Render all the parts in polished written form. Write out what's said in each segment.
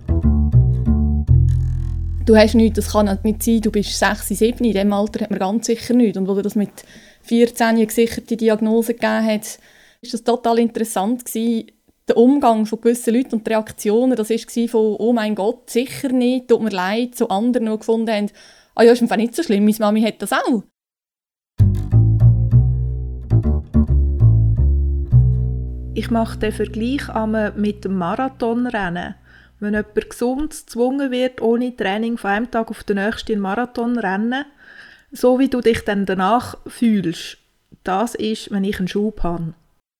Du hast nichts, das kann nicht sein, du bist 6, 7, in diesem Alter hat man ganz sicher nichts. Und als er das mit 14 eine gesicherte Diagnose gegeben hat, war das total interessant gewesen. Der Umgang von gewissen Leuten und die Reaktionen, das war von «Oh mein Gott, sicher nicht, tut mir leid», zu anderen, die gefunden haben, «Ah ja, ist einfach nicht so schlimm, meine Mami hat das auch.» Ich mache den Vergleich mit dem Marathonrennen. Wenn jemand gesund gezwungen wird, ohne Training von einem Tag auf den nächsten Marathon zu rennen, so wie du dich dann danach fühlst, das ist, wenn ich einen Schub habe.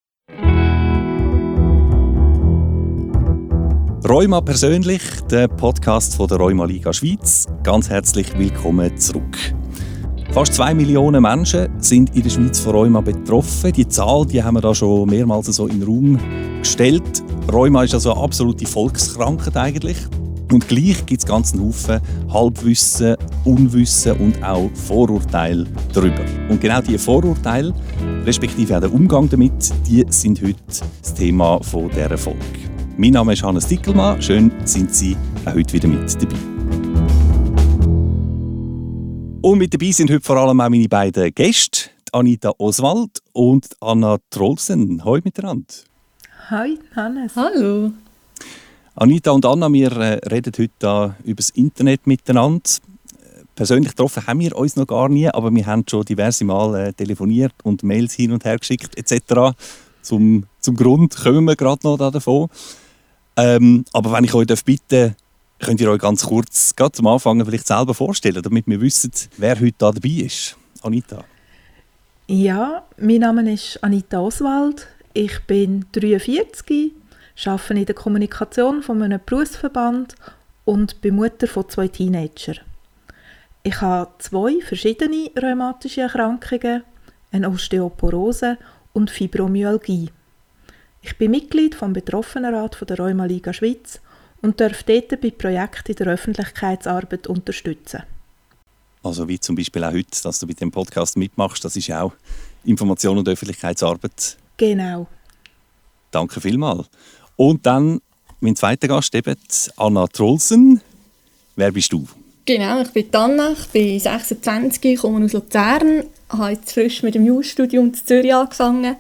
Rheuma persönlich, der Podcast von der Rheuma Liga Schweiz. Ganz herzlich willkommen zurück. Fast 2 Millionen Menschen sind in der Schweiz von Rheuma betroffen. Die Zahl, die haben wir da schon mehrmals so in den Raum gestellt. Rheuma ist also eine absolute Volkskrankheit eigentlich. Und gleich gibt es ganz einen Haufen Halbwissen, Unwissen und auch Vorurteile darüber. Und genau diese Vorurteile, respektive auch der Umgang damit, die sind heute das Thema dieser Folge. Mein Name ist Hannes Dickelmann. Schön, sind Sie auch heute wieder mit dabei. Und mit dabei sind heute vor allem auch meine beiden Gäste, Anita Oswald und Anna Troelsen. Hallo miteinander. Hi, Hannes. Hallo. Anita und Anna, wir reden heute über das Internet miteinander. Persönlich getroffen haben wir uns noch gar nie, aber wir haben schon diverse Mal telefoniert und Mails hin und her geschickt etc. Zum Grund kommen wir gerade noch davon. Aber wenn ich euch bitten darf, könnt ihr euch ganz kurz gerade zum Anfang vielleicht selber vorstellen, damit wir wissen, wer heute da dabei ist. Anita. Ja, mein Name ist Anita Oswald. Ich bin 43, arbeite in der Kommunikation von einem Berufsverband und bin Mutter von 2 Teenagern. Ich habe 2 verschiedene rheumatische Erkrankungen, eine Osteoporose und Fibromyalgie. Ich bin Mitglied vom Betroffenenrat der Rheuma Liga Schweiz und darf dort bei Projekten in der Öffentlichkeitsarbeit unterstützen. Also wie zum Beispiel auch heute, dass du bei dem Podcast mitmachst, das ist ja auch Information und Öffentlichkeitsarbeit. Genau. Danke vielmals. Und dann mein zweiter Gast, eben Anna Troelsen. Wer bist du? Genau, ich bin Anna, ich bin 26, komme aus Luzern, habe jetzt frisch mit dem Jurastudium in Zürich angefangen.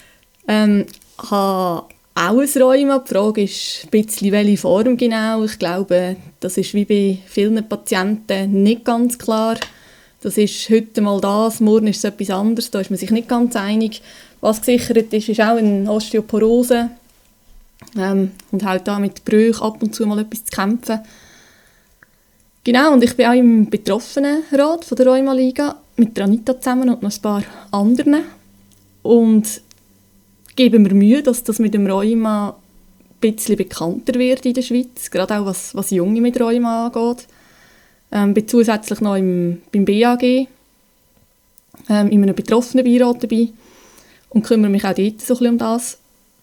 Habe auch ein Rheuma. Die Frage ist ein bisschen, welche Form genau. Ich glaube, das ist wie bei vielen Patienten nicht ganz klar. Das ist heute mal das, morgen ist es etwas anderes. Da ist man sich nicht ganz einig. Was gesichert ist, ist auch eine Osteoporose. Und halt da mit Brüchen ab und zu mal etwas zu kämpfen. Genau, und ich bin auch im Betroffenenrat von der Rheuma Liga mit der Anita zusammen und noch ein paar anderen. Und gebe mir Mühe, dass das mit dem Rheuma ein bisschen bekannter wird in der Schweiz, gerade auch was Junge mit Rheuma angeht. Ich bin zusätzlich noch beim BAG, in einem Betroffenenbeirat dabei und kümmere mich auch dort so ein bisschen um das.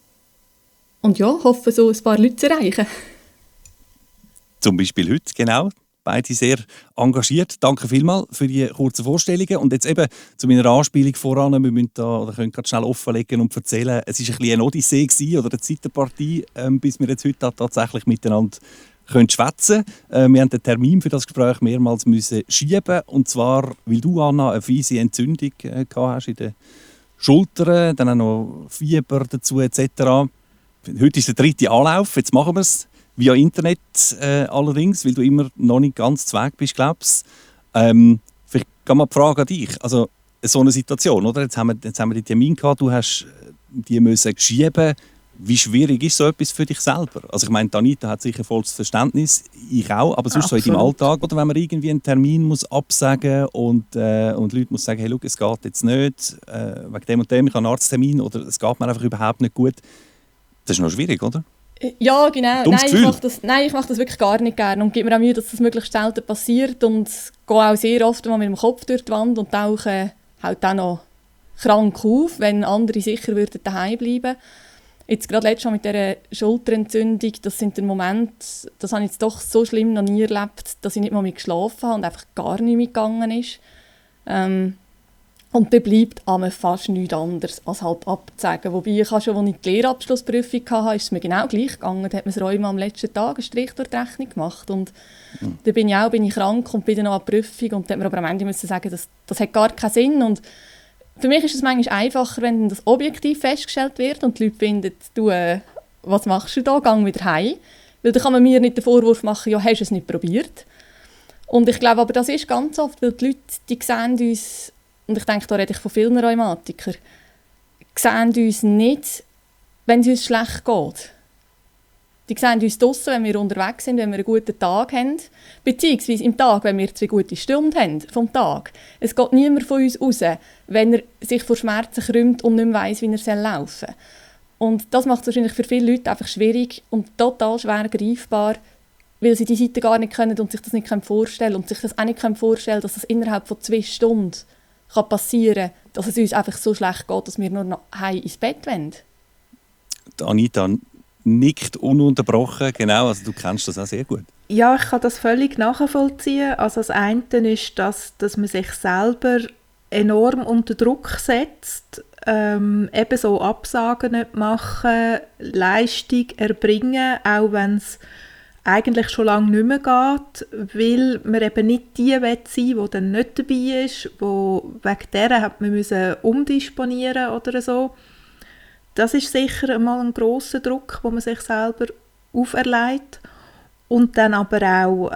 Und ja, hoffe, so ein paar Leute zu erreichen. Zum Beispiel heute, genau. Beide sehr engagiert. Danke vielmals für die kurzen Vorstellungen. Und jetzt eben zu meiner Anspielung voran, wir müssen da können gerade schnell offenlegen und erzählen, es war ein bisschen eine Odyssee gewesen, oder eine Zeitpartie, bis wir jetzt heute tatsächlich miteinander schwätzen können. Wir haben den Termin für das Gespräch mehrmals müssen schieben. Und zwar, weil du, Anna, eine fiese Entzündung hast in den Schultern, dann auch noch Fieber dazu etc. Heute ist der 3. Anlauf, jetzt machen wir es. Via Internet allerdings, weil du immer noch nicht ganz zu Weg bist, glaubst du. Vielleicht kann man die Frage an dich. Also, so eine Situation, oder? Jetzt haben wir den Termin gehabt, du hast die müssen schieben. Wie schwierig ist so etwas für dich selber? Also ich meine, Anita hat sicher volles Verständnis, ich auch, aber sonst so in deinem Alltag, oder wenn man irgendwie einen Termin muss absagen und Leute muss sagen, hey, schau, es geht jetzt nicht, wegen dem und dem, ich habe einen Arzttermin, oder es geht mir einfach überhaupt nicht gut. Das ist noch schwierig, oder? Ja, genau. Nein, ich mache das wirklich gar nicht gerne und gebe mir auch Mühe, dass das möglichst selten passiert und gehe auch sehr oft mal mit dem Kopf durch die Wand und tauche halt auch noch krank auf, wenn andere sicher würden daheim bleiben. Jetzt gerade letztes Mal mit dieser Schulterentzündung, das sind Momente, das habe ich jetzt doch so schlimm noch nie erlebt, dass ich nicht mal mehr geschlafen habe und einfach gar nicht mehr gegangen ist. Und Und dann bleibt einem fast nichts anderes, als halt abzusagen. Wobei ich schon, als ich die Lehrabschlussprüfung hatte, ist es mir genau gleich gegangen. Da hat mir das Rheuma am letzten Tag einen Strich durch die Rechnung gemacht. Und dann bin ich krank und bin dann noch an der Prüfung. Und dann hat mir aber am Ende müssen sagen, das hat gar keinen Sinn. Und für mich ist es manchmal einfacher, wenn das objektiv festgestellt wird und die Leute finden, du, was machst du da, geh wieder heim. Weil dann kann man mir nicht den Vorwurf machen, ja, hast du es nicht probiert. Und ich glaube aber, das ist ganz oft, weil die Leute, die sehen uns, und ich denke, da rede ich von vielen Rheumatikern, sehen uns nicht, wenn es uns schlecht geht. Die sehen uns draussen, wenn wir unterwegs sind, wenn wir einen guten Tag haben, beziehungsweise im Tag, wenn wir 2 gute Stunden haben vom Tag. Es geht niemand von uns raus, wenn er sich vor Schmerzen krümmt und nicht mehr weiss, wie er laufen soll. Und das macht es wahrscheinlich für viele Leute einfach schwierig und total schwer greifbar, weil sie die Seite gar nicht können und sich das nicht vorstellen können. Und sich das auch nicht vorstellen können, dass das innerhalb von 2 Stunden passieren kann, dass es uns einfach so schlecht geht, dass wir nur noch heim ins Bett wollen. Anita nickt ununterbrochen, genau, also du kennst das auch sehr gut. Ja, ich kann das völlig nachvollziehen. Also das eine ist, dass man sich selber enorm unter Druck setzt, eben so Absagen nicht machen, Leistung erbringen, auch wenn es eigentlich schon lange nicht mehr geht, weil man eben nicht die sein will, die dann nicht dabei ist, wo wegen der hat man müssen umdisponieren oder so. Das ist sicher einmal ein grosser Druck, den man sich selber auferlegt. Und dann aber auch,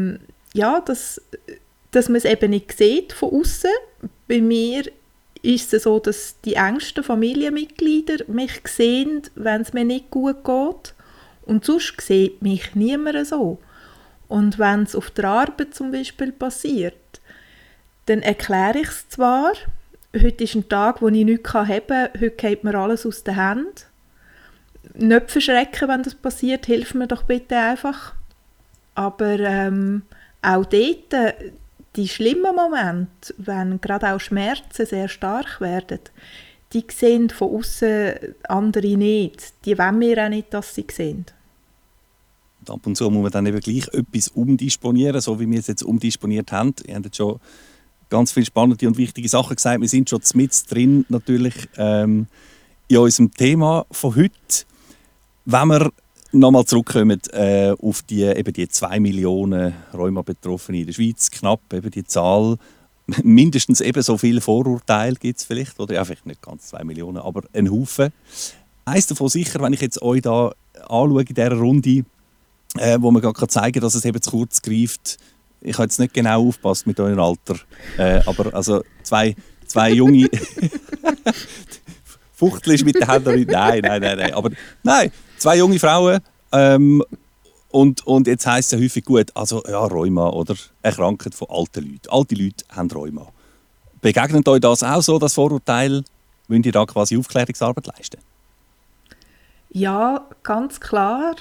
dass man es eben nicht sieht von außen. Bei mir ist es so, dass die engsten Familienmitglieder mich sehen, wenn es mir nicht gut geht. Und sonst sieht mich niemand so. Und wenn es auf der Arbeit zum Beispiel passiert, dann erkläre ich es zwar. Heute ist ein Tag, wo ich nichts haben kann. Heute geht mir alles aus den Händen. Nicht verschrecken, wenn das passiert. Hilf mir doch bitte einfach. Aber auch dort, die schlimmen Momente, wenn gerade auch Schmerzen sehr stark werden, die sehen von außen andere nicht. Die wollen wir auch nicht, dass sie sehen. Und ab und zu muss man dann eben gleich etwas umdisponieren, so wie wir es jetzt umdisponiert haben. Ihr habt jetzt schon ganz viele spannende und wichtige Sachen gesagt. Wir sind schon mit drin natürlich in unserem Thema von heute. Wenn wir nochmal zurückkommen auf die 2 Millionen Rheuma-Betroffene in der Schweiz, knapp eben die Zahl, mindestens ebenso viele Vorurteile gibt es vielleicht, oder ja, vielleicht nicht ganz 2 Millionen, aber ein Haufen. Eins davon sicher, wenn ich jetzt euch da anschaue in dieser Runde, wo man gerade zeigen kann, dass es eben zu kurz greift. Ich habe jetzt nicht genau aufgepasst mit eurem Alter, aber also zwei junge Fuchtel mit den Händen. Nein. Aber nein, 2 junge Frauen. Und jetzt heisst es ja häufig gut, also ja, Rheuma oder Erkrankung von alten Leuten. Alte Leute haben Rheuma. Begegnet euch das auch so, das Vorurteil? Wollt ihr da quasi Aufklärungsarbeit leisten? Ja, ganz klar.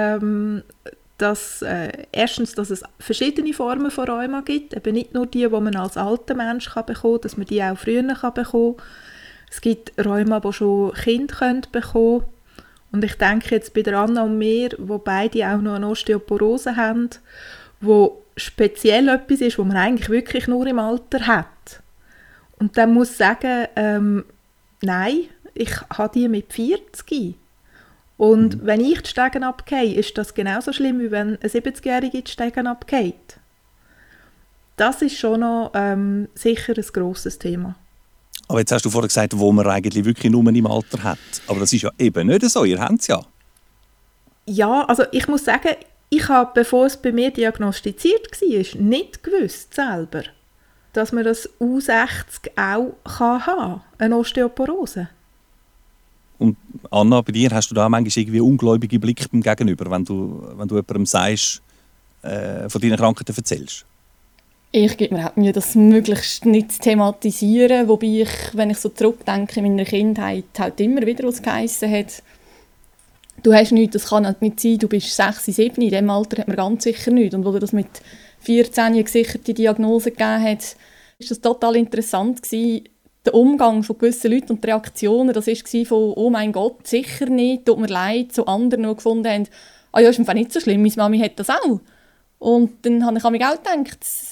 Erstens, dass es verschiedene Formen von Rheuma gibt. Eben nicht nur die man als alter Mensch bekommen kann, dass man die auch früher bekommen kann. Es gibt Rheuma, die schon Kinder bekommen können. Und ich denke jetzt bei der Anna und mir, wo beide auch noch eine Osteoporose haben, wo speziell etwas ist, was man eigentlich wirklich nur im Alter hat. Und dann muss ich sagen, nein, ich habe die mit 40. Und wenn ich die Stegen abgehe, ist das genauso schlimm, wie wenn eine 70-Jährige die Stegen abgeht. Das ist schon noch sicher ein grosses Thema. Aber jetzt hast du vorhin gesagt, wo man eigentlich wirklich nur im Alter hat. Aber das ist ja eben nicht so, ihr habt es ja. Ja, also ich muss sagen, ich habe, bevor es bei mir diagnostiziert war, nicht gewusst selber, dass man das U60 auch haben kann, eine Osteoporose. Und Anna, bei dir hast du da manchmal irgendwie ungläubige Blicke beim Gegenüber, wenn du jemandem sagst, von deinen Krankheiten erzählst? Ich gebe mir Mühe, das möglichst nicht zu thematisieren, wobei ich, wenn ich so zurückdenke in meiner Kindheit, halt immer wieder was geheissen hat, du hast nichts, das kann halt nicht sein, du bist 6, 7, in diesem Alter hat man ganz sicher nichts. Und wo das mit 14 eine gesicherte Diagnose gegeben hat, war das total interessant gewesen. Der Umgang von gewissen Leuten und die Reaktionen, das war von «Oh mein Gott, sicher nicht, tut mir leid», zu anderen, die gefunden haben, «Ah ja, ist einfach nicht so schlimm, meine Mami hat das auch». Und dann habe ich auch gedacht,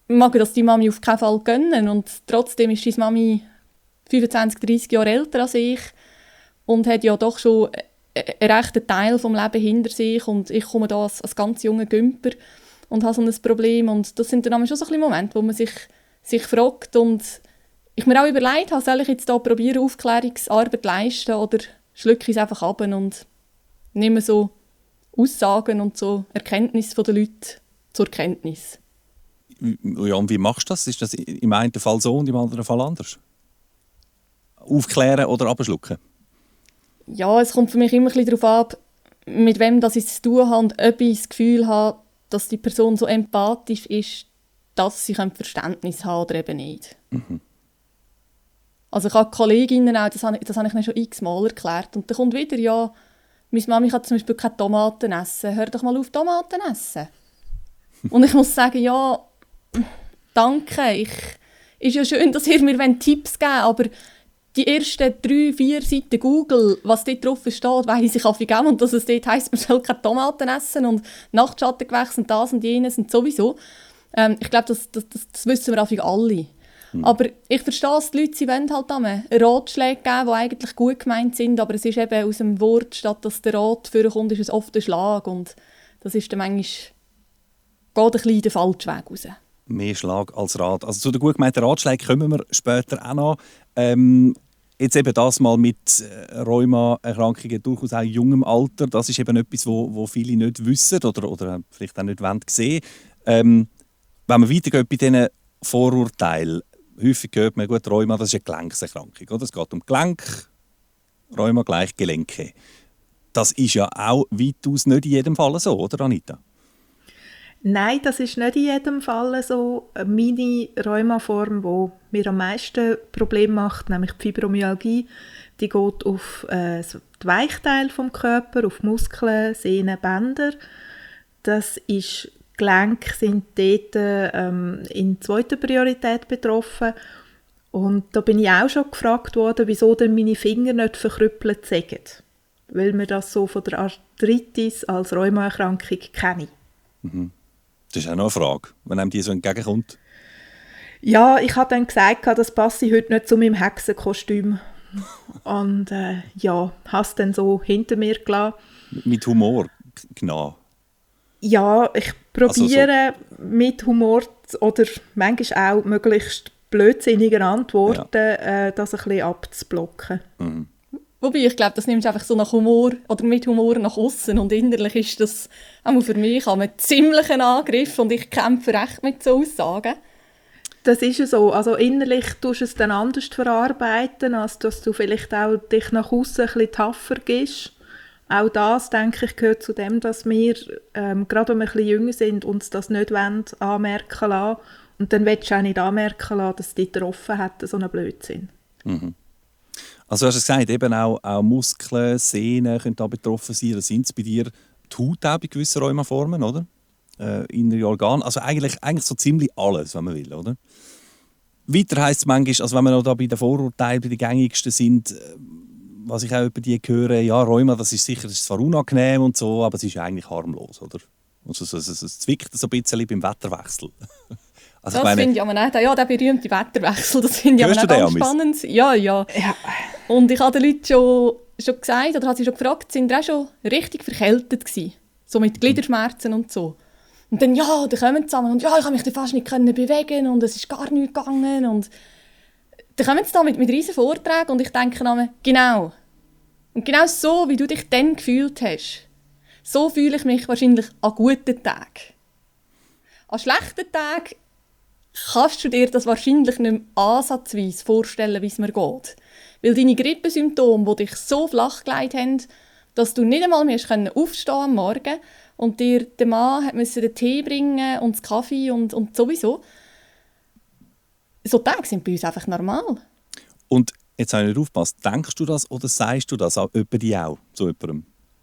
mag das die Mami auf keinen Fall gönnen. Und trotzdem ist diese Mami 25, 30 Jahre älter als ich und hat ja doch schon einen rechten Teil des Lebens hinter sich. Und ich komme da als ganz junger Gümper und habe so ein Problem. Und das sind dann schon so ein bisschen Momente, wo man sich fragt und ich mir auch überlegt habe, soll ich jetzt hier probieren, Aufklärungsarbeit leisten oder schlucke ich es einfach ab und nehme so Aussagen und so Erkenntnisse der Leute zur Kenntnis. Ja, und wie machst du das? Ist das im einen Fall so und im anderen Fall anders? Aufklären oder abschlucken? Ja, es kommt für mich immer ein bisschen darauf ab, mit wem das ich zu tun habe und ob ich das Gefühl habe, dass die Person so empathisch ist, dass sie Verständnis haben oder eben nicht. Mhm. Also ich habe Kolleginnen auch, das habe ich ihnen schon x-mal erklärt. Und dann kommt wieder, ja, meine Mami kann zum Beispiel keine Tomaten essen. Hör doch mal auf, Tomaten essen. Und ich muss sagen, ja, danke. Ist ja schön, dass ihr mir Tipps geben wollt, aber die ersten 3, 4 Seiten Google, was dort drauf steht, weiss ich auch und dass es dort heisst, man soll keine Tomaten essen und Nachtschattengewächse und das und jenes und sowieso. Ich glaube, das wissen wir alle. Aber ich verstehe es, die Leute, sie wollen halt Ratschläge geben, die eigentlich gut gemeint sind, aber es ist eben aus dem Wort, statt dass der Rat vorkommt, ist es oft ein Schlag und das ist dann manchmal, geht ein bisschen den falschen Weg raus. Mehr Schlag als Rat. Also zu den gut gemeinten Ratschlägen kommen wir später auch noch. Jetzt eben das mal mit Rheuma-Erkrankungen durchaus auch in jungem Alter, das ist eben etwas, wo viele nicht wissen oder vielleicht auch nicht sehen wollen. Wenn man weitergeht bei diesen Vorurteilen, häufig hört man, gut, Rheuma, das ist eine Gelenkserkrankung. Oder? Es geht um Gelenk, Rheuma gleich Gelenke. Das ist ja auch weitaus nicht in jedem Fall so, oder Anita? Nein, das ist nicht in jedem Fall so. Meine Rheumaform, die mir am meisten Probleme macht, nämlich die Fibromyalgie, die geht auf die Weichteile des Körpers, auf Muskeln, Sehnen, Bänder. Das ist Gelenke sind dort in zweiter Priorität betroffen. Und da bin ich auch schon gefragt worden, wieso denn meine Finger nicht verkrüppelt sind. Weil wir das so von der Arthritis als Rheumaerkrankung kennen. Mhm. Das ist auch noch eine Frage, wenn einem die so entgegenkommt. Ja, ich habe dann gesagt, das passe heute nicht zu meinem Hexenkostüm. Und ja, habe es dann so hinter mir gelassen. Mit Humor, genau. Ja, ich probiere mit Humor oder manchmal auch möglichst blödsinnigen Antworten das ein bisschen abzublocken. Mhm. Wobei, ich glaube, das nimmst du einfach so nach Humor oder mit Humor nach außen und innerlich ist das auch für mich ein ziemlicher Angriff und ich kämpfe recht mit so Aussagen. Das ist ja so. Also innerlich tust du es dann anders verarbeiten, als dass du vielleicht auch dich nach außen ein bisschen tougher gibst. Auch das, denke ich, gehört zu dem, dass wir, gerade wenn wir ein bisschen jünger sind, uns das nicht anmerken lassen. Und dann willst du auch nicht anmerken lassen, dass die getroffen hätten, so einen Blödsinn. Mhm. Also du hast es gesagt, eben auch Muskeln, Sehnen können da betroffen sein. Oder sind es bei dir die Haut auch bei gewissen Rheumaformen, oder? Innere Organe. Also eigentlich so ziemlich alles, wenn man will, oder? Weiter heisst es manchmal, also wenn wir noch da bei den Vorurteilen, bei den gängigsten sind, was ich auch über die höre, ja, Rheuma, das ist sicher, das ist zwar unangenehm und so, aber es ist eigentlich harmlos, oder? Also es zwickt so ein bisschen beim Wetterwechsel. Also das finde ich aber nicht. Ja, der berühmte Wetterwechsel, das finde ich aber nicht ganz spannend. Ja. Und ich habe den Leuten schon gesagt, oder habe sie schon gefragt, sind die auch schon richtig verkältet gewesen? So mit Gliederschmerzen und so. Und dann, dann kommen sie zusammen und ja, ich konnte mich fast nicht bewegen und es ist gar nichts gegangen. Und dann kommen sie da mit riesen Vorträgen und ich denke mir, genau. Und genau so, wie du dich dann gefühlt hast, so fühle ich mich wahrscheinlich an guten Tagen. An schlechten Tagen kannst du dir das wahrscheinlich nicht mehr ansatzweise vorstellen, wie es mir geht. Weil deine Grippesymptome, die dich so flach gelegt haben, dass du nicht einmal mehr aufstehen am Morgen und dir der Mann musste den Tee bringen und den Kaffee und sowieso. So Tage sind bei uns einfach normal. Und jetzt habe ich nicht aufgepasst, denkst du das oder sagst du das auch jemandem auch, so jemandem?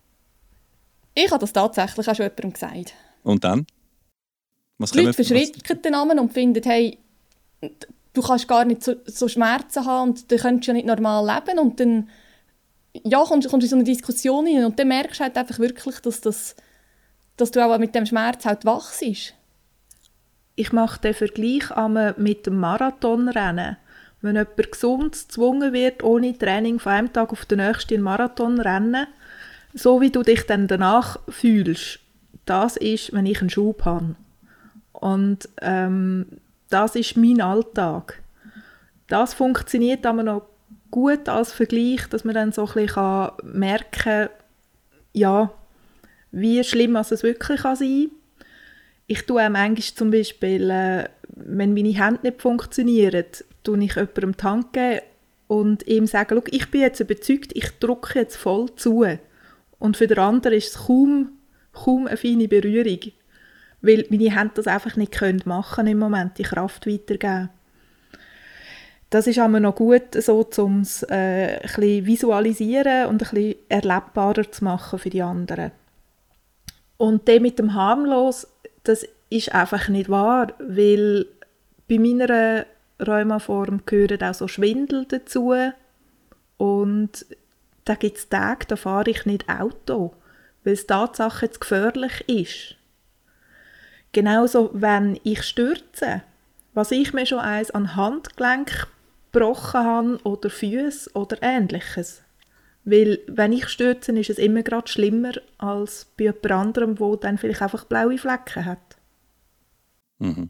Ich habe das tatsächlich auch schon jemandem gesagt. Und dann? Die Leute verschrecken den Namen und finden, hey, du kannst gar nicht so Schmerzen haben und du könntest ja nicht normal leben. Und dann kommst du in so eine Diskussion rein und dann merkst du halt einfach wirklich, dass du auch mit dem Schmerz halt wachst. Ich mache den Vergleich mit dem Marathonrennen. Wenn jemand gesund gezwungen wird, ohne Training von einem Tag auf den nächsten Marathon rennen, so wie du dich dann danach fühlst, das ist, wenn ich einen Schub habe. Und das ist mein Alltag. Das funktioniert aber noch gut als Vergleich, dass man dann so ein bisschen merken kann, ja, wie schlimm es wirklich sein kann. Ich tue auch manchmal zum Beispiel, wenn meine Hände nicht funktionieren, tue ich jemandem die Hand geben und ihm sagen, schau, ich bin jetzt überzeugt, ich drücke jetzt voll zu. Und für den anderen ist es kaum eine feine Berührung, weil meine Hände das einfach nicht machen können im Moment, die Kraft weitergeben. Das ist aber noch gut, so, um es ein bisschen visualisieren und ein bisschen erlebbarer zu machen für die anderen. Und der mit dem harmlos, das ist einfach nicht wahr, weil bei meiner Rheumaform gehören auch so Schwindel dazu und da gibt es Tage, da fahre ich nicht Auto, weil es Tatsache zu gefährlich ist. Genauso, wenn ich stürze, was ich mir schon eins an Handgelenk gebrochen habe oder Füße oder Ähnliches. Weil, wenn ich stürze, ist es immer gerade schlimmer als bei jemand anderem, der dann vielleicht einfach blaue Flecken hat. Mhm.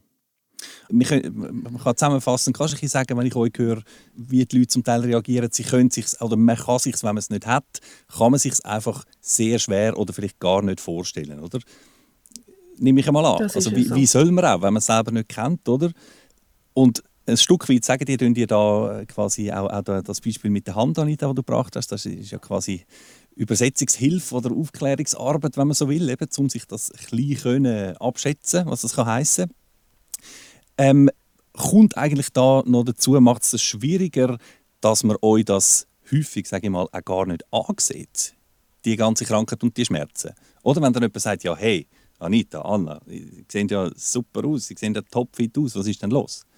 Man kann zusammenfassend, kannst du sagen, wenn ich euch höre, wie die Leute zum Teil reagieren, sie können sich's, oder man kann sich, wenn man es nicht hat, kann man sich einfach sehr schwer oder vielleicht gar nicht vorstellen, oder? Nehme ich einmal an. Also wie soll man auch, wenn man es selber nicht kennt, oder? Und ein Stück weit sagen ihr da quasi auch das Beispiel mit der Hand, Anita, das du gebracht hast, das ist ja quasi Übersetzungshilfe oder Aufklärungsarbeit, wenn man so will, eben, um sich das ein bisschen abschätzen, was das heissen kann. Kommt eigentlich da noch dazu, macht es schwieriger, dass man euch das häufig, sage ich mal, auch gar nicht ansieht, die ganze Krankheit und die Schmerzen? Oder wenn dann jemand sagt, ja, hey, Anita, Anna, Sie sehen ja super aus, Sie sehen ja topfit aus, was ist denn los?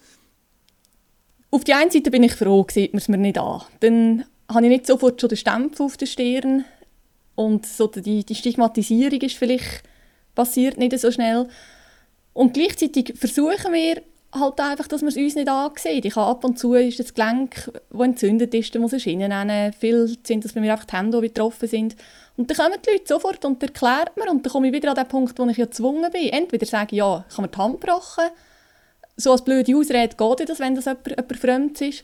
Auf die einen Seite bin ich froh, sieht man es mir nicht an. Dann habe ich nicht sofort schon den Stempel auf der Stirn und so die Stigmatisierung ist vielleicht passiert nicht so schnell. Und gleichzeitig versuchen wir halt einfach, dass man es uns nicht ansieht. Ich habe ab und zu ist das Gelenk, das entzündet ist, da muss ich Schienen nehmen. Viel sind das bei mir einfach die Hände, die betroffen sind. Und dann kommen die Leute sofort und erklärt mir und dann komme ich wieder an den Punkt, wo ich ja gezwungen bin. Entweder sage ich, ja, ich habe mir die Hand gebrochen. So als blöde Ausrede geht das, wenn das jemand Fremdes ist.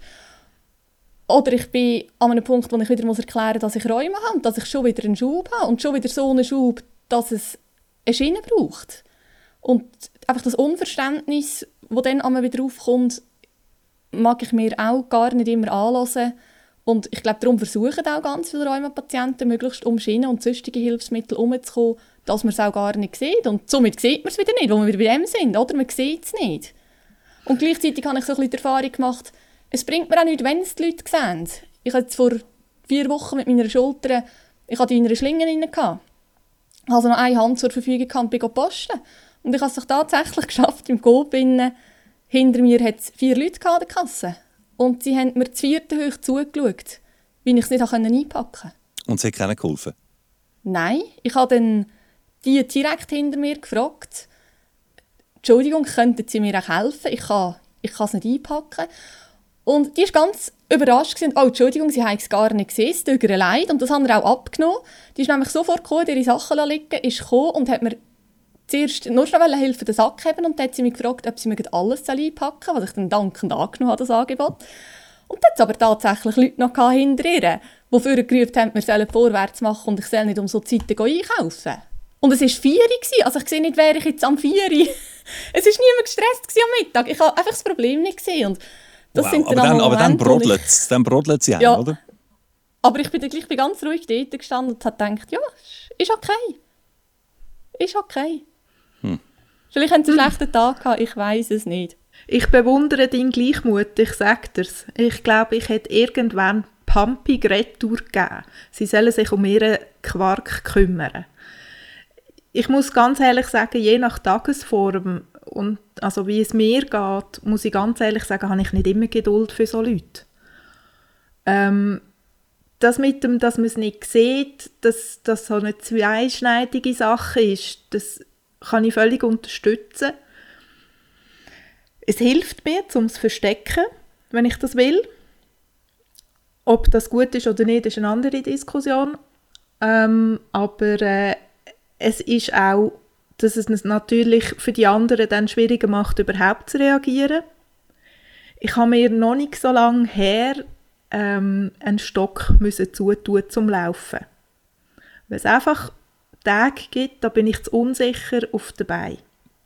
Oder ich bin an einem Punkt, wo ich wieder erklären muss, dass ich Rheuma habe und dass ich schon wieder einen Schub habe und schon wieder so einen Schub, dass es eine Schiene braucht. Und einfach das Unverständnis, das dann einmal wieder aufkommt, mag ich mir auch gar nicht immer anhören. Und ich glaube, darum versuchen auch ganz viele Rheumapatienten, möglichst um Schienen und sonstige Hilfsmittel herumzukommen, dass man es auch gar nicht sieht. Und somit sieht man es wieder nicht, wo wir wieder bei dem sind. Oder man sieht es nicht. Und gleichzeitig habe ich so ein bisschen die Erfahrung gemacht, es bringt mir auch nichts, wenn es die Leute sehen. Ich hatte jetzt vor 4 Wochen mit meiner Schulter, ich hatte die in einer Schlinge drin. Ich hatte also noch eine Hand zur Verfügung und bin posten. Und ich habe es tatsächlich geschafft, im Coop hinter mir hat es 4 Leute an der Kasse. Und sie haben mir das 4. hoch zugeschaut, wie ich es nicht einpacken konnte. Und sie hat keiner geholfen? Nein, ich habe dann die direkt hinter mir gefragt, Entschuldigung, könnten Sie mir auch helfen? Ich kann es nicht einpacken. Und die war ganz überrascht. Oh, Entschuldigung, Sie haben es gar nicht gesehen, es tut ihr leid. Und das haben wir auch abgenommen. Die ist nämlich sofort gekommen, ihre Sachen liegen, ist gekommen und hat mir zuerst nur schon helfen, den Sack heben. Und dann hat sie mich gefragt, ob sie mir alles einpacken soll, was ich dann dankend angenommen habe, das Angebot. Und dann hat es aber tatsächlich Leute noch hinter ihr, die vorher gerufen haben, wir sollen vorwärts machen und ich soll nicht um so Zeiten einkaufen. Und es war 4 Uhr, also ich sehe nicht, wäre ich jetzt am 4 Uhr. Es war niemand gestresst am Mittag. Ich habe einfach das Problem nicht gesehen. Und das sind dann aber dann brodelt es ja, oder? Aber ich bin ganz ruhig dort gestanden und habe gedacht, ja, ist okay. Ist okay. Vielleicht haben sie einen schlechten Tag gehabt, ich weiss es nicht. Ich bewundere deinen Gleichmut, ich sage dir's. Ich glaube, ich hätte irgendwann pumpig Retour gegeben. Sie sollen sich um ihren Quark kümmern. Ich muss ganz ehrlich sagen, je nach Tagesform und also wie es mir geht, muss ich ganz ehrlich sagen, habe ich nicht immer Geduld für so Leute. Das mit dem, dass man es nicht sieht, dass das so eine zweischneidige Sache ist, das kann ich völlig unterstützen. Es hilft mir, um es zu verstecken, wenn ich das will. Ob das gut ist oder nicht, ist eine andere Diskussion. Aber es ist auch, dass es natürlich für die anderen dann schwieriger macht, überhaupt zu reagieren. Ich habe mir noch nicht so lange her einen Stock zutun zum Laufen. Weil es einfach Tage gibt, da bin ich zu unsicher auf den Beinen.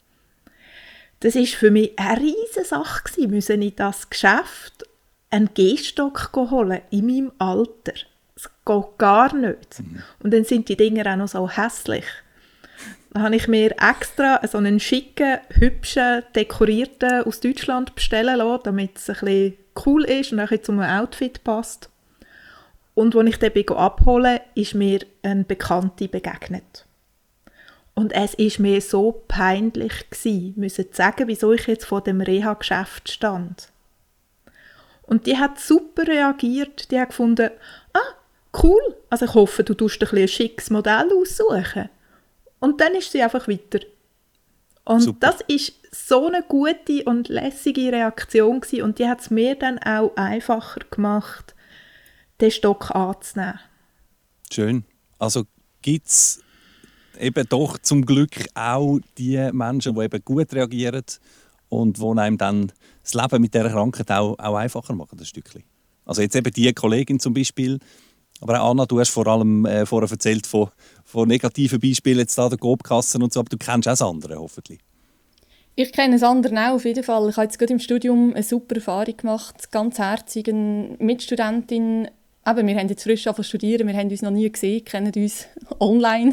Das war für mich eine riesige Sache gewesen, müssen in das Geschäft einen Gehstock holen in meinem Alter. Das geht gar nicht. Und dann sind die Dinger auch noch so hässlich. Da habe ich mir extra so einen schicken, hübschen, dekorierten aus Deutschland bestellen lassen, damit es ein bisschen cool ist und auch zu einem Outfit passt. Und als ich den abholen bin, ist mir eine Bekannte begegnet. Und es war mir so peinlich gewesen, zu sagen, wieso ich jetzt vor dem Reha-Geschäft stand. Und die hat super reagiert. Die hat gefunden, cool, also ich hoffe, du tust ein schickes Modell aussuchen. Und dann ist sie einfach weiter. Und super. Das ist so eine gute und lässige Reaktion gewesen. Und die hat es mir dann auch einfacher gemacht, den Stock anzunehmen. Schön. Also gibt es eben doch zum Glück auch die Menschen, die eben gut reagieren und die einem dann das Leben mit dieser Krankheit auch einfacher machen, das Stückchen. Also jetzt eben die Kollegin zum Beispiel, aber auch Anna, du hast vor allem vorher erzählt von negativen Beispielen, jetzt da der Coop-Kassen und so, aber du kennst auch das andere, hoffentlich. Ich kenne das andere auch, auf jeden Fall. Ich habe jetzt gerade im Studium eine super Erfahrung gemacht, ganz herzig, eine Mitstudentin. Aber wir haben jetzt frisch angefangen zu studieren, wir haben uns noch nie gesehen, kennen uns online.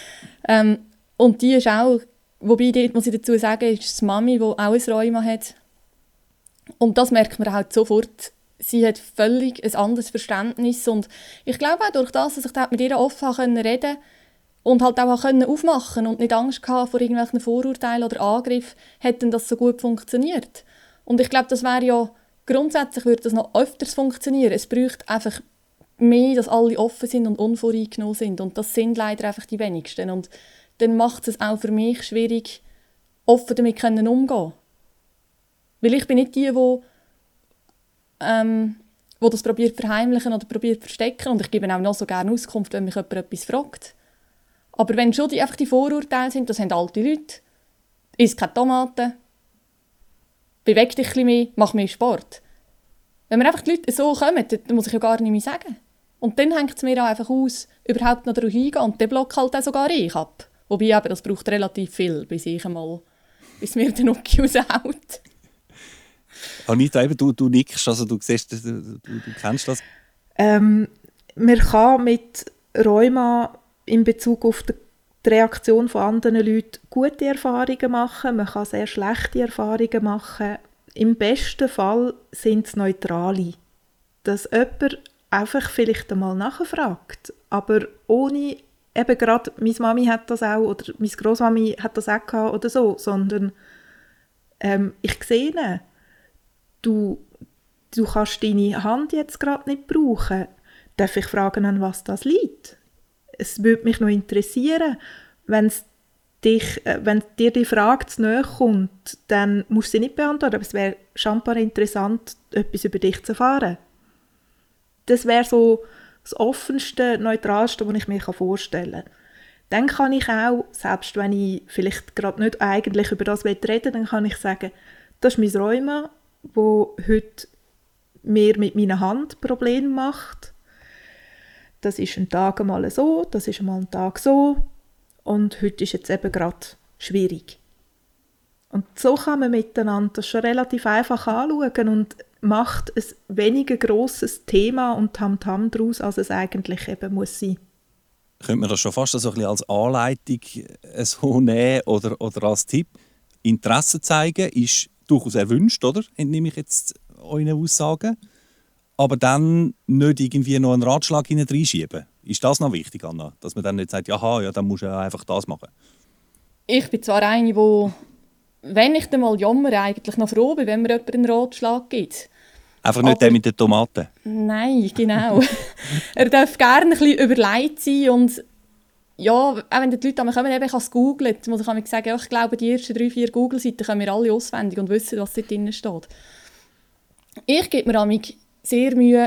Und die ist auch, wobei, dort muss ich dazu sagen, ist die Mami, die auch ein Rheuma hat. Und das merkt man halt sofort. Sie hat völlig ein anderes Verständnis. Und ich glaube auch durch das, dass ich mit ihr offen reden konnte und halt auch aufmachen und nicht Angst hatte vor irgendwelchen Vorurteilen oder Angriffen, hat dann das so gut funktioniert. Und ich glaube, das wäre ja, grundsätzlich würde das noch öfters funktionieren. Es braucht einfach mehr, dass alle offen sind und unvoreingenommen sind. Und das sind leider einfach die wenigsten. Und dann macht es auch für mich schwierig, offen damit umzugehen. Weil ich bin nicht die das probiert verheimlichen oder probiert verstecken. Und ich gebe auch noch so gerne Auskunft, wenn mich jemand etwas fragt. Aber wenn schon einfach die Vorurteile sind, das haben alte Leute, isst keine Tomaten, beweg dich ein bisschen mehr, mach mehr Sport. Wenn mir einfach die Leute so kommen, dann muss ich ja gar nicht mehr sagen. Und dann hängt es mir auch einfach aus, überhaupt noch darauf eingehen. Und dann blockt halt auch sogar ich ab. Wobei eben, das braucht relativ viel, bis mir der Nuki raushaut. Anita, eben, du nickst, also du siehst, du kennst das. Man kann mit Rheuma in Bezug auf die Reaktion von anderen Leuten gute Erfahrungen machen, man kann sehr schlechte Erfahrungen machen. Im besten Fall sind es neutrale. Dass jemand einfach vielleicht einmal nachfragt, aber ohne, eben gerade meine Mami hat das auch, oder meine Grossmami hat das auch gehabt oder so, sondern ich sehe, du kannst deine Hand jetzt gerade nicht brauchen. Darf ich fragen, an was das liegt? Es würde mich noch interessieren, wenn dir die Frage zu nahe kommt, dann musst du sie nicht beantworten, aber es wäre scheinbar interessant, etwas über dich zu erfahren. Das wäre so das offenste, neutralste, was ich mir vorstellen kann. Dann kann ich auch, selbst wenn ich vielleicht gerade nicht eigentlich über das reden will, dann kann ich sagen, das ist mein Rheuma, das heute mir mit meiner Hand Probleme macht. Das ist ein Tag einmal so, das ist einmal ein Tag so und heute ist jetzt eben gerade schwierig. Und so kann man miteinander das schon relativ einfach anschauen und macht ein weniger grosses Thema und Tamtam daraus, als es eigentlich eben muss sein. Könnte man das schon fast so ein bisschen als Anleitung so nehmen oder als Tipp? Interesse zeigen ist durchaus erwünscht, oder? Entnehme ich jetzt euren Aussagen. Aber dann nicht irgendwie noch einen Ratschlag hineinschieben. Ist das noch wichtig, Anna? Dass man dann nicht sagt, ja, dann musst du ja einfach das machen. Ich bin zwar eine, die, wenn ich dann mal jammere, eigentlich noch froh bin, wenn mir jemand einen Ratschlag gibt. Einfach nicht der mit den Tomaten? Nein, genau. Er darf gerne ein bisschen überlegt sein und ja, auch wenn die Leute kommen, eben, ich habe es gegoogelt, muss ich sagen, ja, ich glaube, die ersten 3-4 Google-Seiten können wir alle auswendig und wissen, was dort drin steht. Ich gebe mir manchmal sehr Mühe,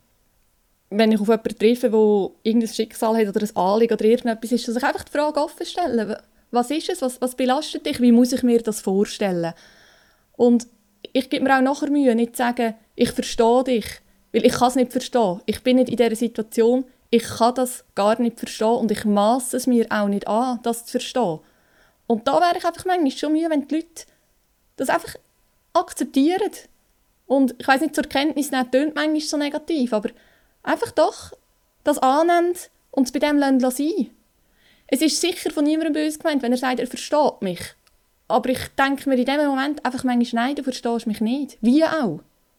wenn ich auf jemanden treffe, der irgendein Schicksal hat oder ein Anliegen oder irgendetwas ist, dass ich einfach die Frage offen stelle. Was ist es? Was belastet dich? Wie muss ich mir das vorstellen? Und ich gebe mir auch nachher Mühe, nicht zu sagen, ich verstehe dich, weil ich kann es nicht verstehen. Ich bin nicht in dieser Situation, ich kann das gar nicht verstehen und ich masse es mir auch nicht an, das zu verstehen. Und da wäre ich einfach manchmal schon Mühe, wenn die Leute das einfach akzeptieren. Und ich weiss nicht, zur Kenntnis nehmen, tönt manchmal so negativ, aber einfach doch das annehmen und es bei dem sein lassen. Es ist sicher von niemandem böse gemeint, wenn er sagt, er versteht mich. Aber ich denke mir in dem Moment einfach manchmal, nein, du verstehst mich nicht. Wie auch.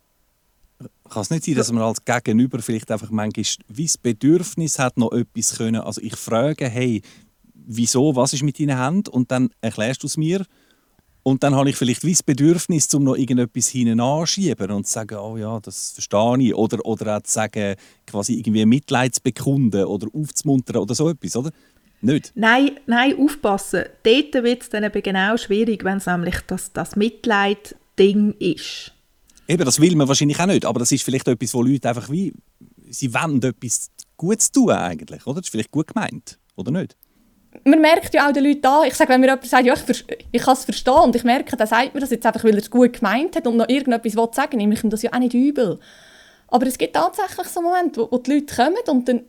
Kann es nicht sein, dass man als Gegenüber vielleicht einfach manchmal wie das Bedürfnis hat, noch etwas können? Also ich frage, hey, wieso, was ist mit deinen Händen? Und dann erklärst du es mir. Und dann habe ich vielleicht wie das Bedürfnis, um noch irgendetwas hinten anzuschieben und zu sagen, oh ja, das verstehe ich. Oder auch zu sagen, quasi irgendwie Mitleid zu bekunden oder aufzumuntern oder so etwas, oder? Nicht? Nein, aufpassen. Dort wird es dann eben genau schwierig, wenn es nämlich das Mitleid-Ding ist. Eben, das will man wahrscheinlich auch nicht, aber das ist vielleicht etwas, wo Leute einfach wie, sie wollen etwas Gutes tun eigentlich, oder? Das ist vielleicht gut gemeint, oder nicht? Man merkt ja auch den Leuten an, ich sage, wenn mir jemand sagt, ja, ich kann es verstehen und ich merke, der sagt mir das jetzt einfach, weil er es gut gemeint hat und noch irgendetwas sagen will, nehme ich ihm das ja auch nicht übel. Aber es gibt tatsächlich so Momente, wo die Leute kommen und dann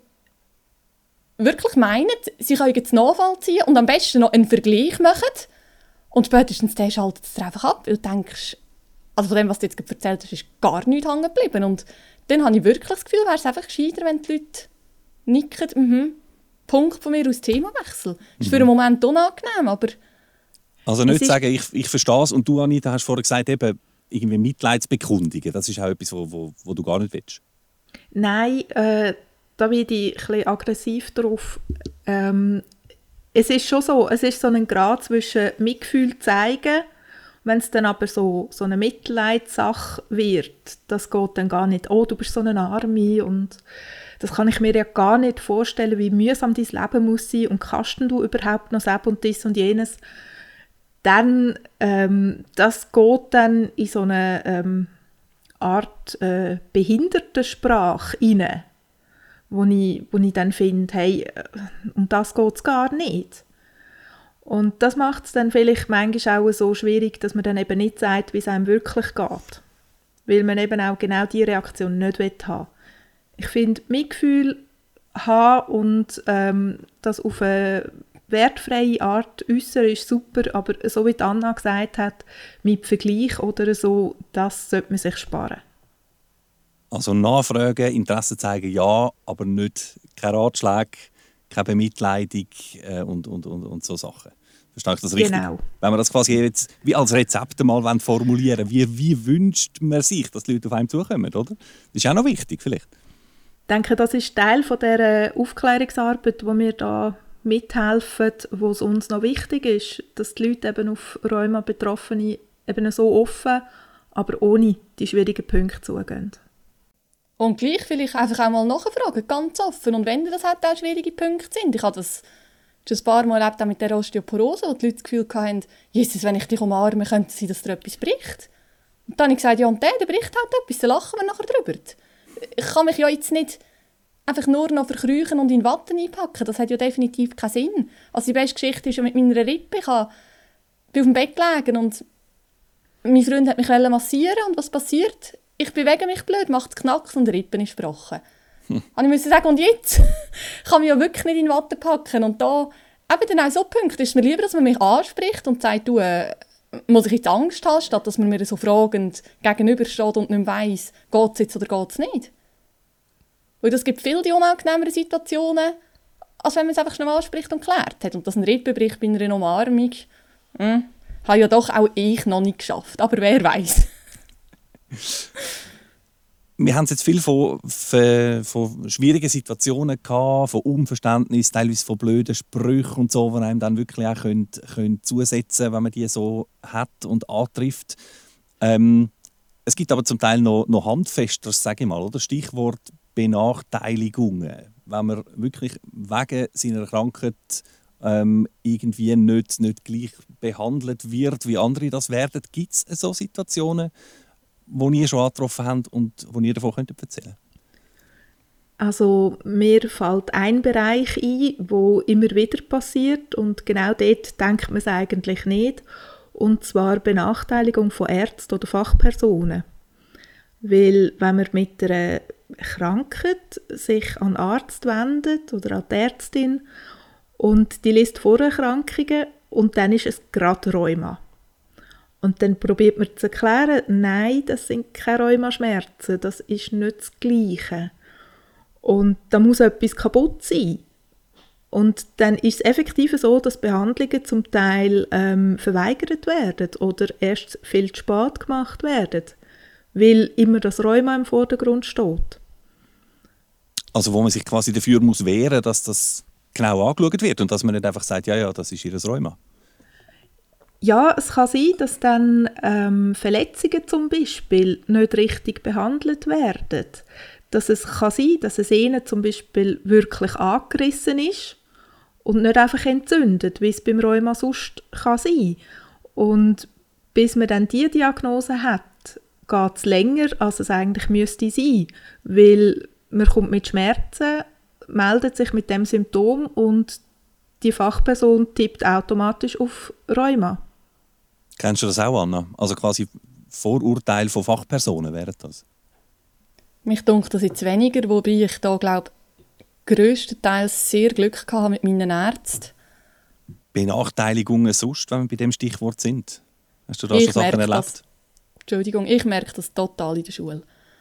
wirklich meinen, sie können jetzt Nachfall ziehen und am besten noch einen Vergleich machen und spätestens dann schaltet es dir einfach ab, weil du denkst, also von dem, was du jetzt erzählt hast, ist gar nichts hängen geblieben. Und dann habe ich wirklich das Gefühl, wäre es einfach gescheiter, wenn die Leute nicken, Punkt von mir aus Themawechsel. Ist für einen Moment unangenehm, aber... Also nicht sagen, ich verstehe es und du, Anita, hast vorher gesagt, eben irgendwie Mitleidsbekundungen. Das ist auch etwas, wo du gar nicht willst. Nein, da bin ich ein bisschen aggressiv drauf. Es ist schon so, es ist so ein Grad zwischen Mitgefühl zeigen, wenn es dann aber so eine Mitleidssache wird, das geht dann gar nicht, oh, du bist so eine Arme und das kann ich mir ja gar nicht vorstellen, wie mühsam dein Leben muss sein und kannst du überhaupt noch das und dies und jenes. Dann, das geht dann in so eine Art Behindertensprache rein, wo ich dann finde, hey, um das geht es gar nicht. Und das macht es dann vielleicht manchmal auch so schwierig, dass man dann eben nicht sagt, wie es einem wirklich geht. Weil man eben auch genau diese Reaktion nicht haben will. Ich finde, Mitgefühl haben und das auf eine wertfreie Art äußern ist super, aber so wie Anna gesagt hat, mit Vergleich oder so, das sollte man sich sparen. Also nachfragen, Interesse zeigen, ja, aber nicht keine Ratschläge, keine Bemitleidung und so Sachen. Verstehe ich das richtig? Genau. Wenn man das quasi jetzt wie als Rezept mal formulieren wollen, wie wünscht man sich, dass die Leute auf einem zukommen, oder? Das ist auch noch wichtig vielleicht. Ich denke, das ist Teil von der Aufklärungsarbeit, wo wir da mithelfen, wo es uns noch wichtig ist, dass die Leute eben auf Rheuma-Betroffene eben so offen, aber ohne die schwierigen Punkte zugehen. Und gleich vielleicht einfach auch mal nachfragen, ganz offen. Und wenn das halt auch schwierige Punkte sind. Ich habe das schon ein paar Mal erlebt, auch mit der Osteoporose, wo die Leute das Gefühl hatten, Jesus, wenn ich dich umarme, könnte es sein, dass dir etwas bricht. Und dann habe ich gesagt, ja und der bricht halt etwas, dann lachen wir nachher drüber. Ich kann mich ja jetzt nicht einfach nur noch verkrüchen und in Watte einpacken. Das hat ja definitiv keinen Sinn. Also die beste Geschichte ist ja mit meiner Rippe. Ich bin auf dem Bett gelegen und mein Freund hat mich massieren und was passiert? Ich bewege mich blöd, macht es Knacks und die Rippe ist gebrochen. Ich musste sagen, und jetzt? Ich kann mich ja wirklich nicht in Watte packen. Und da, eben dann auch so Punkte, ist es mir lieber, dass man mich anspricht und sagt, du, muss ich jetzt Angst haben, statt dass man mir so fragend gegenübersteht und nicht weiss, geht es jetzt oder geht es nicht. Weil es gibt viele die unangenehmere Situationen, als wenn man es einfach schnell anspricht und geklärt hat. Und dass ein Rippe bricht bei einer Umarmung, habe ja doch auch ich noch nicht geschafft. Aber wer weiß. Wir haben jetzt viel von schwierigen Situationen gehabt, von Unverständnis, teilweise von blöden Sprüchen und so, die einem dann wirklich auch können zusetzen, wenn man die so hat und antrifft. Es gibt aber zum Teil noch handfesteres, sage ich mal, oder? Stichwort Benachteiligungen. wenn man wirklich wegen seiner Krankheit irgendwie nicht gleich behandelt wird, wie andere das werden? Gibt es so Situationen, die ihr schon angetroffen habt und die ihr davon erzählen könnt? Also mir fällt ein Bereich ein, wo immer wieder passiert und genau dort denkt man es eigentlich nicht, und zwar Benachteiligung von Ärzten oder Fachpersonen. Weil wenn man mit einer Krankheit sich an den Arzt wendet oder an die Ärztin und die liest Vorerkrankungen und dann ist es gerade Rheuma. Und dann probiert man zu erklären, nein, das sind keine Rheumaschmerzen, das ist nicht das Gleiche. Und da muss etwas kaputt sein. Und dann ist es effektiv so, dass Behandlungen zum Teil verweigert werden oder erst viel zu spät gemacht werden, weil immer das Rheuma im Vordergrund steht. Also wo man sich quasi dafür muss wehren, dass das genau angeschaut wird und dass man nicht einfach sagt, ja, das ist ihr Rheuma. Ja, es kann sein, dass dann Verletzungen zum Beispiel nicht richtig behandelt werden. Dass es kann sein, dass eine Sehne zum Beispiel wirklich angerissen ist und nicht einfach entzündet, wie es beim Rheuma sonst kann sein. Und bis man dann diese Diagnose hat, geht es länger, als es eigentlich müsste sein. Weil man kommt mit Schmerzen, meldet sich mit dem Symptom und die Fachperson tippt automatisch auf Rheuma. Kennst du das auch, Anna? Also quasi Vorurteile von Fachpersonen wären das? Mich dunkt das jetzt weniger, wobei ich da glaube, grösstenteils sehr Glück hatte mit meinen Ärzten. Benachteiligungen sonst, wenn wir bei dem Stichwort sind? Hast du da schon Sachen erlebt? Ich merke das total in der Schule.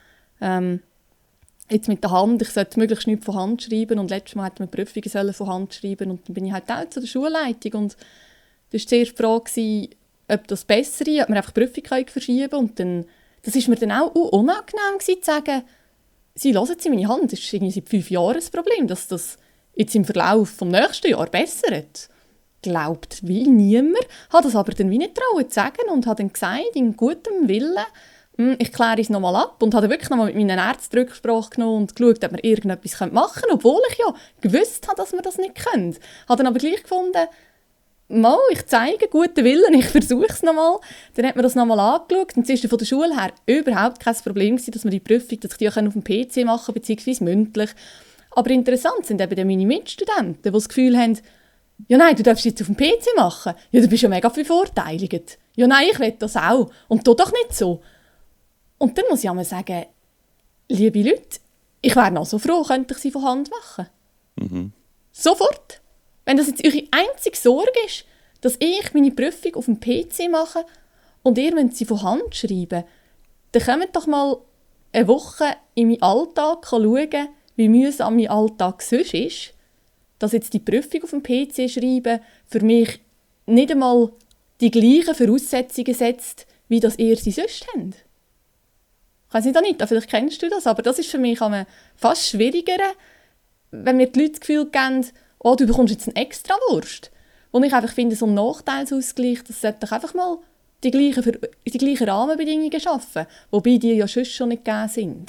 Jetzt mit der Hand, ich sollte möglichst nichts von Hand schreiben und letztes Mal hätte man Prüfungen von Hand schreiben und dann bin ich halt auch zu der Schulleitung und da war zuerst die Frage, ob das Bessere, ob man einfach die Prüfung verschieben kann. Und dann, das war mir dann auch unangenehm zu sagen, Sie hören Sie meine Hand, das ist irgendwie seit 5 Jahren ein Problem, dass das jetzt im Verlauf des nächsten Jahres bessert. Glaubt wie niemand, hat das aber dann wie nicht trauen zu sagen und hat dann gesagt, in gutem Willen, ich kläre es nochmal ab und habe wirklich nochmal mit meinen Ärzten Rücksprache genommen und geschaut, ob wir irgendetwas machen können, obwohl ich ja gewusst habe, dass wir das nicht können. Habe dann aber gleich gefunden, mal, ich zeige guten Willen, ich versuche es nochmal. Dann hat man das nochmal angeschaut und es war von der Schule her überhaupt kein Problem gewesen, dass wir die Prüfung, dass ich die auch auf dem PC machen kann, beziehungsweise mündlich. Aber interessant sind eben meine Mitstudenten, die das Gefühl haben, ja nein, du darfst jetzt auf dem PC machen. Ja, du bist ja mega bevorteiligt. Ja nein, ich will das auch. Und tu doch nicht so. Und dann muss ich einmal sagen, liebe Leute, ich wäre noch so froh, könnte ich sie von Hand machen. Mhm. Sofort. Wenn das jetzt eure einzige Sorge ist, dass ich meine Prüfung auf dem PC mache und ihr müsst sie von Hand schreiben, dann kommt doch mal eine Woche in meinen Alltag schauen, wie mühsam mein Alltag sonst ist, dass jetzt die Prüfung auf dem PC schreiben für mich nicht einmal die gleichen Voraussetzungen setzt, wie das ihr sie sonst habt. Ich weiss nicht, Anita, vielleicht kennst du das, aber das ist für mich fast schwieriger, wenn mir die Leute das Gefühl geben, oh, du bekommst jetzt eine Extrawurst. Und ich einfach finde, so ein Nachteilsausgleich, das sollte doch einfach mal die gleichen Rahmenbedingungen schaffen, wobei die ja sonst schon nicht gegeben sind.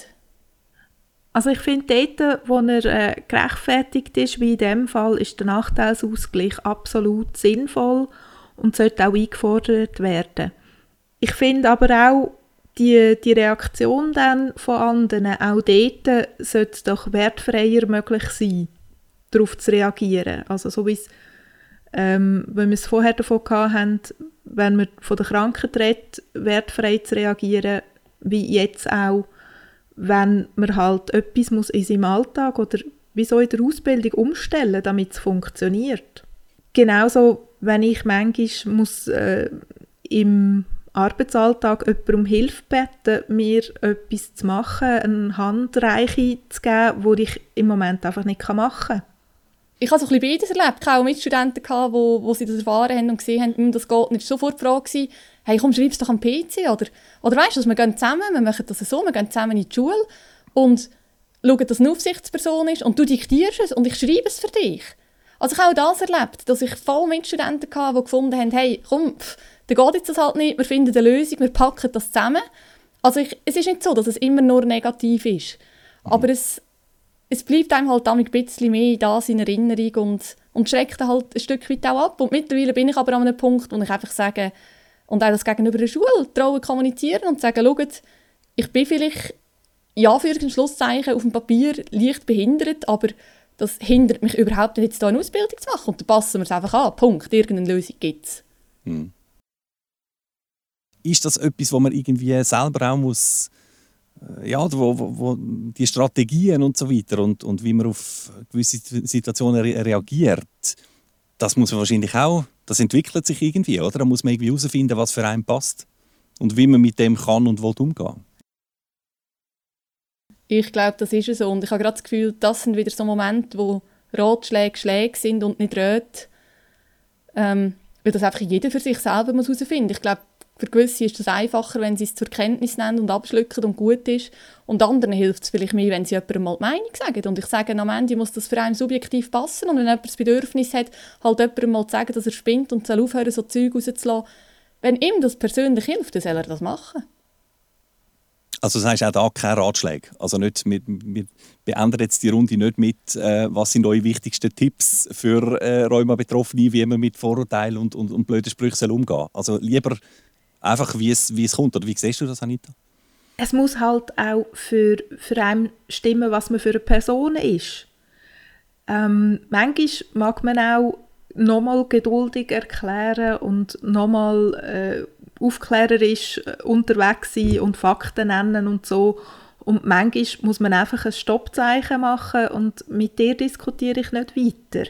Also ich finde, dort, wo er gerechtfertigt ist, wie in diesem Fall, ist der Nachteilsausgleich absolut sinnvoll und sollte auch eingefordert werden. Ich finde aber auch, die Reaktion dann von anderen, auch dort sollte es doch wertfreier möglich sein, darauf zu reagieren. Also so wie es, wenn wir es vorher davon hatten, wenn man von der Krankheit redet, wertfrei zu reagieren, wie jetzt auch, wenn man halt etwas muss in seinem Alltag oder wie so in der Ausbildung umstellen, damit es funktioniert. Genauso, wenn ich manchmal muss, im Arbeitsalltag jemanden um Hilfe bitten, mir etwas zu machen, eine Handreiche zu geben, die ich im Moment einfach nicht machen kann. Ich habe so ein bisschen beides erlebt. Ich hatte auch Mitstudenten, die sie das erfahren haben und gesehen haben, das geht nicht. Sofort die Frage, hey, komm, schreib es doch am PC. Oder weißt du, wir gehen zusammen, wir machen das so, wir gehen zusammen in die Schule und schauen, dass eine Aufsichtsperson ist und du diktierst es und ich schreibe es für dich. Also ich habe auch das erlebt, dass ich voll Mitstudenten hatte, die gefunden haben, hey, komm, dann geht jetzt das halt nicht, wir finden eine Lösung, wir packen das zusammen. Also es ist nicht so, dass es immer nur negativ ist. Aber es es bleibt einem halt ein bisschen mehr das in Erinnerung und schreckt dann halt ein Stück weit auch ab. Und mittlerweile bin ich aber an einem Punkt, wo ich einfach sage, und auch das gegenüber der Schule trauen, kommunizieren und sagen, schaut, ich bin vielleicht, ja, für ein Schlusszeichen auf dem Papier leicht behindert, aber das hindert mich überhaupt nicht, jetzt hier eine Ausbildung zu machen. Und dann passen wir es einfach an. Punkt. Irgendeine Lösung gibt es. Ist das etwas, wo man irgendwie selber auch muss, wo die Strategien und so weiter und wie man auf gewisse Situationen reagiert, das muss man wahrscheinlich auch, das entwickelt sich irgendwie, oder? Da muss man irgendwie herausfinden, was für einen passt und wie man mit dem kann und will umgehen. Ich glaube, das ist so. Und ich habe gerade das Gefühl, das sind wieder so Momente, wo Ratschläge Schläge sind und nicht Röte. Weil das einfach jeder für sich selber herausfinden muss. Ich glaube, für gewisse ist es einfacher, wenn sie es zur Kenntnis nehmen und abschlucken und gut ist. Und anderen hilft es vielleicht mehr, wenn sie jemandem mal die Meinung sagen. Und ich sage, am Ende muss das für einen subjektiv passen. Und wenn jemand das Bedürfnis hat, halt jemandem mal zu sagen, dass er spinnt und soll aufhören, so Zeug rauszulassen. Wenn ihm das persönlich hilft, dann soll er das machen. Also das heisst auch da keine Ratschläge. Also nicht wir beenden jetzt die Runde nicht mit, was sind eure wichtigsten Tipps für Rheuma-Betroffene, wie man mit Vorurteilen und blöden Sprüchen umgehen soll. Also lieber einfach, wie es kommt. Oder wie siehst du das, Anita? Es muss halt auch für einen stimmen, was man für eine Person ist. Manchmal mag man auch nochmal geduldig erklären und nochmal aufklärerisch unterwegs sein und Fakten nennen und so. Und manchmal muss man einfach ein Stoppzeichen machen und mit dir diskutiere ich nicht weiter.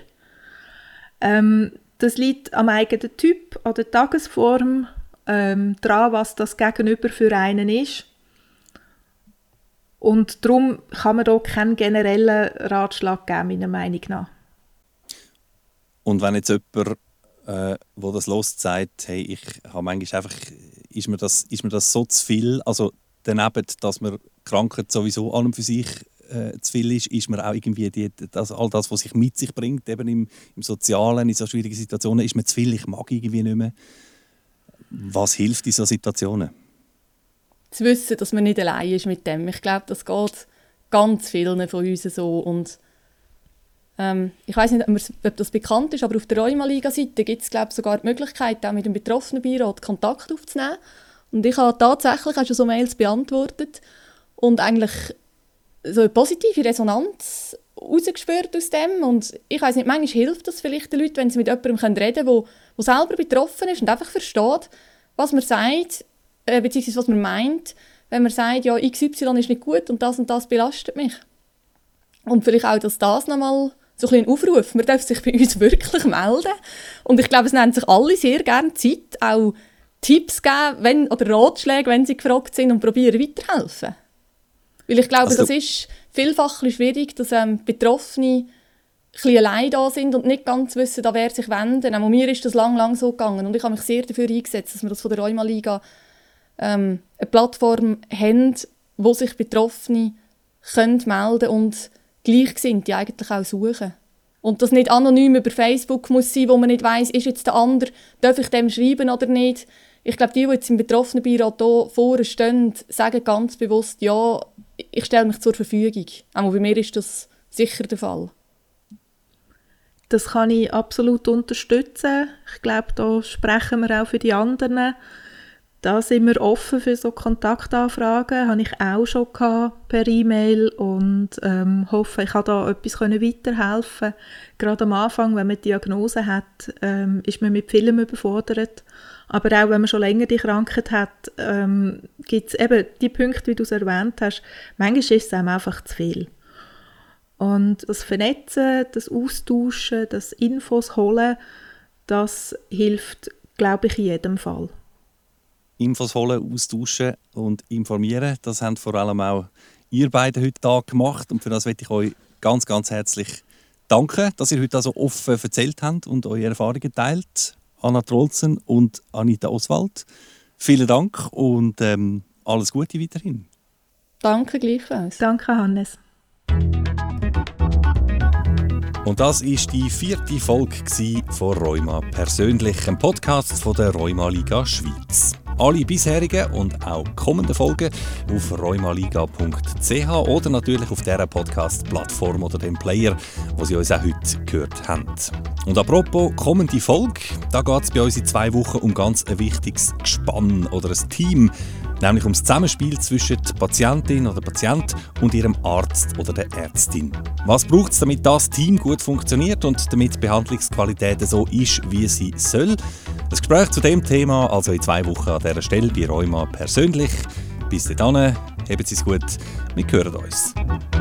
Das liegt am eigenen Typ, an der Tagesform, daran, was das Gegenüber für einen ist. Und darum kann man da keinen generellen Ratschlag geben, meiner Meinung nach. Und wenn jetzt jemand, der das hört, sagt, hey, ich habe manchmal einfach, ist mir das so zu viel, also daneben, dass mir Krankheit sowieso an und für sich zu viel ist mir auch irgendwie all das, was sich mit sich bringt, eben im Sozialen, in so schwierigen Situationen, ist mir zu viel, ich mag irgendwie nicht mehr. Was hilft in solchen Situationen? Zu wissen, dass man nicht allein ist mit dem. Ich glaube, das geht ganz vielen von uns so. Und ich weiss nicht, ob das bekannt ist, aber auf der Rheuma-Liga-Seite gibt es, glaube ich, sogar die Möglichkeit, auch mit dem Betroffenenbeirat Kontakt aufzunehmen. Und ich habe tatsächlich auch schon so Mails beantwortet und eigentlich so eine positive Resonanz rausgespürt aus dem. Und ich weiss nicht, manchmal hilft das vielleicht den Leuten, wenn sie mit jemandem reden können, der selber betroffen ist und einfach versteht, was man sagt, beziehungsweise was man meint, wenn man sagt, ja, XY ist nicht gut und das belastet mich. Und vielleicht auch, dass das nochmal so ein Aufruf, man darf sich bei uns wirklich melden. Und ich glaube, es nehmen sich alle sehr gerne Zeit, auch Tipps geben oder Ratschläge, wenn sie gefragt sind und probieren weiterhelfen. Weil ich glaube, das ist vielfach schwierig, dass Betroffene ein bisschen allein da sind und nicht ganz wissen, an wer sich wenden. Auch mir ist das lang so gegangen und ich habe mich sehr dafür eingesetzt, dass wir das von der Rheuma-Liga eine Plattform haben, wo sich Betroffene können melden und Gleichgesinnte eigentlich auch suchen. Und das nicht anonym über Facebook muss sein, wo man nicht weiss, ist jetzt der andere, darf ich dem schreiben oder nicht. Ich glaube, die jetzt im Betroffenenbeirat hier vorne stehen, sagen ganz bewusst, ja, ich stelle mich zur Verfügung. Auch bei mir ist das sicher der Fall. Das kann ich absolut unterstützen. Ich glaube, da sprechen wir auch für die anderen. Da sind wir offen für so Kontaktanfragen. Habe ich auch schon gehabt, per E-Mail und hoffe, ich kann da etwas weiterhelfen. Gerade am Anfang, wenn man die Diagnose hat, ist man mit vielem überfordert. Aber auch wenn man schon länger die Krankheit hat, gibt es eben die Punkte, wie du es erwähnt hast. Manchmal ist es einem einfach zu viel. Und das Vernetzen, das Austauschen, das Infos holen, das hilft, glaube ich, in jedem Fall. Infos holen, austauschen und informieren, das haben vor allem auch ihr beide heute Tag gemacht. Und für das möchte ich euch ganz, ganz herzlich danken, dass ihr heute also offen erzählt habt und eure Erfahrungen teilt. Anna Troelzen und Anita Oswald. Vielen Dank und alles Gute weiterhin. Danke gleichfalls. Danke, Hannes. Und das war die 4. Folge von «Rheuma persönlich», einem Podcast von der Rheuma-Liga Schweiz. Alle bisherigen und auch kommenden Folgen auf rheumaliga.ch oder natürlich auf dieser Podcast-Plattform oder dem Player, wo Sie uns auch heute gehört haben. Und apropos kommende Folge, da geht es bei uns in 2 Wochen um ganz ein wichtiges Gespann oder ein Team, nämlich ums Zusammenspiel zwischen der Patientin oder Patient und ihrem Arzt oder der Ärztin. Was braucht es, damit das Team gut funktioniert und damit die Behandlungsqualität so ist, wie sie soll? Das Gespräch zu dem Thema also in 2 Wochen an dieser Stelle bei Rheuma persönlich. Bis dahin, haben Sie es gut, wir hören uns.